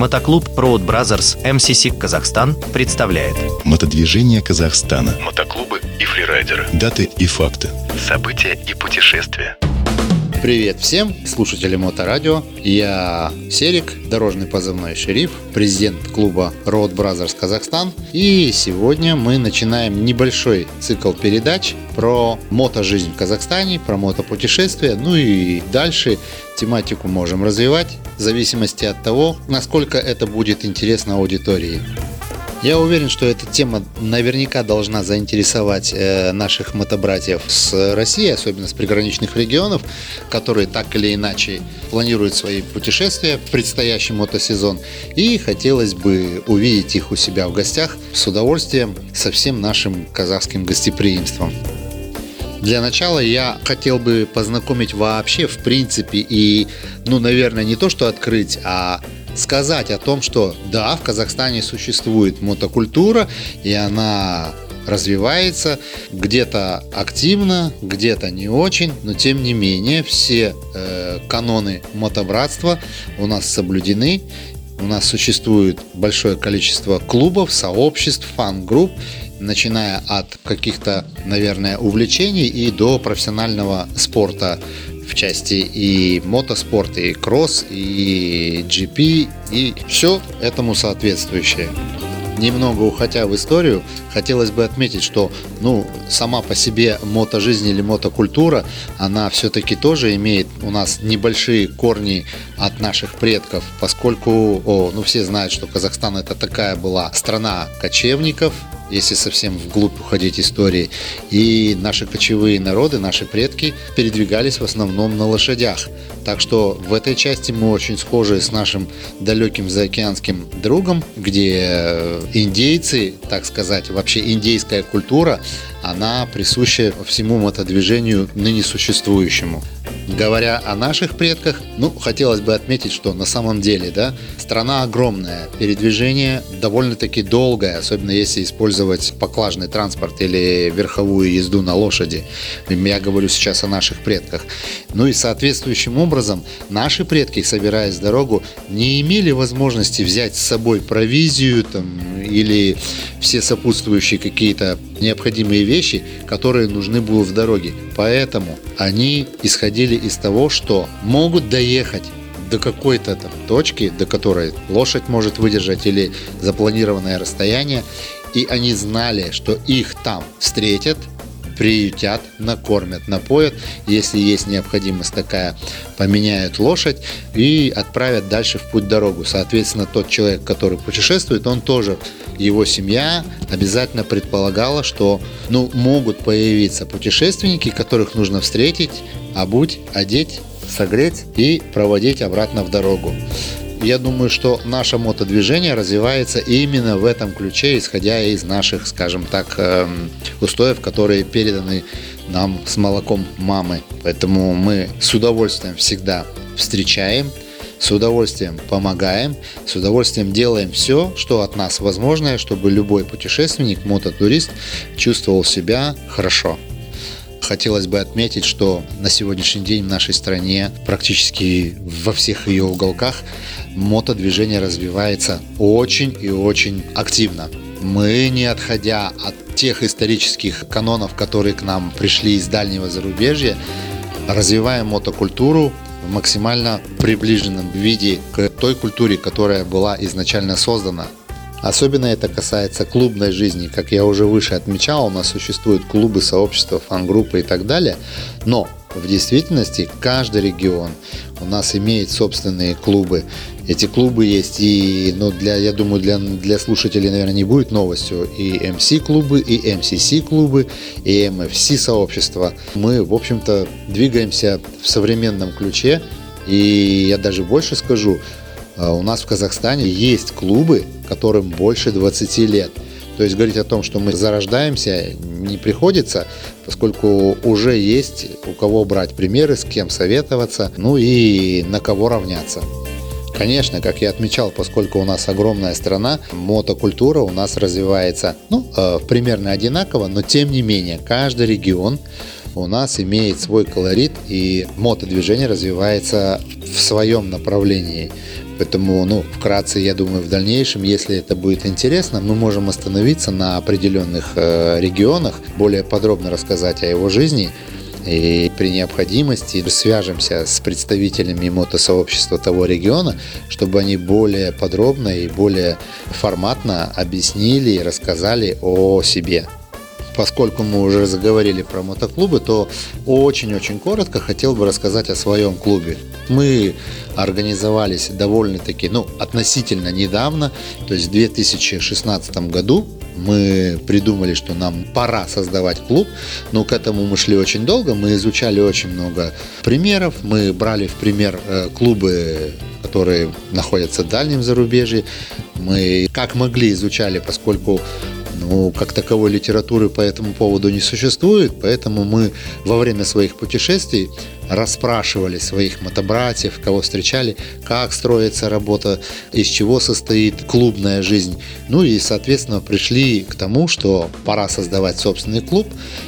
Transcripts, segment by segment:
Мотоклуб Road Brothers MCC Казахстан представляет Мотодвижение Казахстана. Мотоклубы и фрирайдеры. Даты и факты. События и путешествия. Привет всем слушателям Моторадио. Я Серик, дорожный позывной Шериф, президент клуба Road Brothers Казахстан. И сегодня мы начинаем небольшой цикл передач про мотожизнь в Казахстане, про мотопутешествия. Ну и дальше тематику можем развивать в зависимости от того, насколько это будет интересно аудитории. Я уверен, что эта тема наверняка должна заинтересовать наших мотобратьев с России, особенно с приграничных регионов, которые так или иначе планируют свои путешествия в предстоящий мотосезон. И хотелось бы увидеть их у себя в гостях с удовольствием, со всем нашим казахским гостеприимством. Для начала я хотел бы познакомить вообще в принципе и, наверное, не то что открыть, а сказать о том, что да, в Казахстане существует мотокультура, и она развивается где-то активно, где-то не очень, но тем не менее все каноны мотобратства у нас соблюдены. У нас существует большое количество клубов, сообществ, фан-групп, начиная от каких-то, наверное, увлечений и до профессионального спорта в части и мотоспорта, и кросс, и GP, и все этому соответствующее. Немного уходя в историю, хотелось бы отметить, что сама по себе мотожизнь или мотокультура, она все-таки тоже имеет у нас небольшие корни от наших предков, поскольку все знают, что Казахстан это такая была страна кочевников, если совсем вглубь уходить истории, и наши кочевые народы, наши предки передвигались в основном на лошадях. Так что в этой части мы очень схожи с нашим далеким заокеанским другом, где индейцы, так сказать, вообще индейская культура, она присуща всему мотодвижению ныне существующему. Говоря о наших предках, хотелось бы отметить, что на самом деле, страна огромная, передвижение довольно-таки долгое, особенно если использовать поклажный транспорт или верховую езду на лошади. Я говорю сейчас о наших предках. И соответствующим образом наши предки, собираясь в дорогу, не имели возможности взять с собой провизию или все сопутствующие какие-то необходимые вещи, которые нужны будут в дороге. Поэтому они исходили из того, что могут доехать до какой-то точки, до которой лошадь может выдержать или запланированное расстояние, и они знали, что их там встретят, приютят, накормят, напоят, если есть необходимость такая, поменяют лошадь и отправят дальше в путь-дорогу. Соответственно, тот человек, который путешествует, он тоже, его семья обязательно предполагала, что могут появиться путешественники, которых нужно встретить, обуть, одеть, согреть и проводить обратно в дорогу. Я думаю, что наше мотодвижение развивается именно в этом ключе, исходя из наших, скажем так, устоев, которые переданы нам с молоком мамы. Поэтому мы с удовольствием всегда встречаем, с удовольствием помогаем, с удовольствием делаем все, что от нас возможное, чтобы любой путешественник, мототурист чувствовал себя хорошо. Хотелось бы отметить, что на сегодняшний день в нашей стране практически во всех ее уголках мотодвижение развивается очень и очень активно. Мы, не отходя от тех исторических канонов, которые к нам пришли из дальнего зарубежья, развиваем мотокультуру в максимально приближенном виде к той культуре, которая была изначально создана. Особенно это касается клубной жизни. Как я уже выше отмечал, у нас существуют клубы, сообщества, фан-группы и так далее. Но в действительности каждый регион у нас имеет собственные клубы. Эти клубы есть и, я думаю, для слушателей, наверное, не будет новостью. И MC-клубы, и MCC-клубы, и MFC-сообщества. Мы, в общем-то, двигаемся в современном ключе. И я даже больше скажу, у нас в Казахстане есть клубы, которым больше 20 лет. То есть говорить о том, что мы зарождаемся, не приходится, поскольку уже есть у кого брать примеры, с кем советоваться, и на кого равняться. Конечно, как я отмечал, поскольку у нас огромная страна, мотокультура у нас развивается примерно одинаково, но тем не менее каждый регион у нас имеет свой колорит, и мотодвижение развивается в своем направлении. Поэтому, вкратце, я думаю, в дальнейшем, если это будет интересно, мы можем остановиться на определенных регионах, более подробно рассказать о его жизни. И при необходимости свяжемся с представителями мотосообщества того региона, чтобы они более подробно и более форматно объяснили и рассказали о себе. Поскольку мы уже заговорили про мотоклубы, то очень-очень коротко хотел бы рассказать о своем клубе. Мы организовались довольно-таки, относительно недавно, то есть в 2016 году мы придумали, что нам пора создавать клуб, но к этому мы шли очень долго, мы изучали очень много примеров, мы брали в пример клубы, которые находятся в дальнем зарубежье, мы как могли изучали, поскольку как таковой литературы по этому поводу не существует, поэтому мы во время своих путешествий расспрашивали своих мотобратьев, кого встречали, как строится работа, из чего состоит клубная жизнь. И, соответственно, пришли к тому, что пора создавать собственный клуб,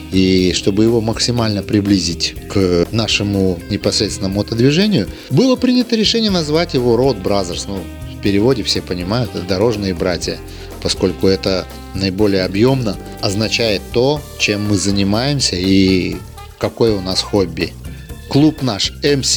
и чтобы его максимально приблизить к нашему непосредственно мотодвижению, было принято решение назвать его Road Brothers. В переводе все понимают, это дорожные братья, поскольку это наиболее объемно означает то, чем мы занимаемся и какое у нас хобби. Клуб наш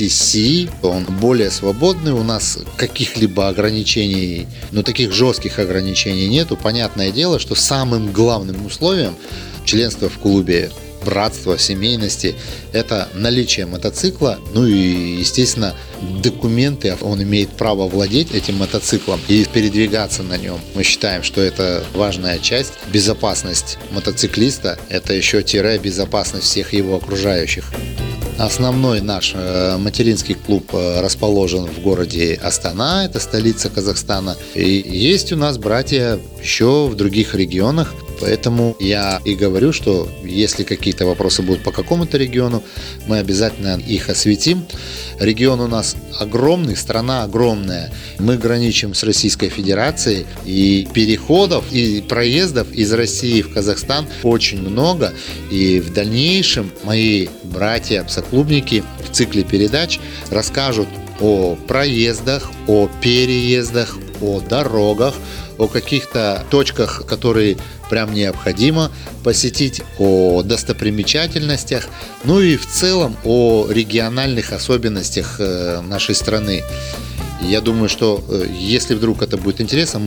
MCC, он более свободный, у нас каких-либо ограничений, таких жестких ограничений нету. Понятное дело, что самым главным условием членства в клубе, братства, семейности – это наличие мотоцикла, и, естественно, документы, он имеет право владеть этим мотоциклом и передвигаться на нем. Мы считаем, что это важная часть. Безопасность мотоциклиста – это еще безопасность всех его окружающих. Основной наш материнский клуб расположен в городе Астана, это столица Казахстана. И есть у нас братья еще в других регионах. Поэтому я и говорю, что если какие-то вопросы будут по какому-то региону, мы обязательно их осветим. Регион у нас огромный, страна огромная. Мы граничим с Российской Федерацией, и переходов и проездов из России в Казахстан очень много. И в дальнейшем мои братья-соклубники в цикле передач расскажут о проездах, о переездах, о дорогах, о каких-то точках, которые прям необходимо посетить, о достопримечательностях, и в целом о региональных особенностях нашей страны. Я думаю, что если вдруг это будет интересно,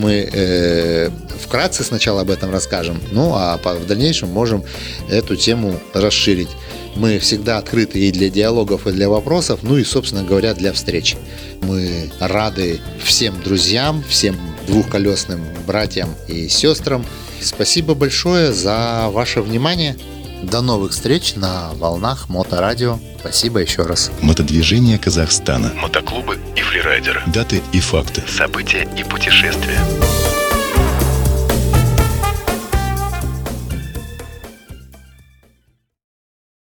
мы вкратце сначала об этом расскажем, а в дальнейшем можем эту тему расширить. Мы всегда открыты и для диалогов, и для вопросов, и, собственно говоря, для встреч. Мы рады всем друзьям, всем двухколесным братьям и сестрам. Спасибо большое за ваше внимание. До новых встреч на волнах Моторадио. Спасибо еще раз. Мотодвижение Казахстана. Мотоклубы и фрирайдеры. Даты и факты. События и путешествия.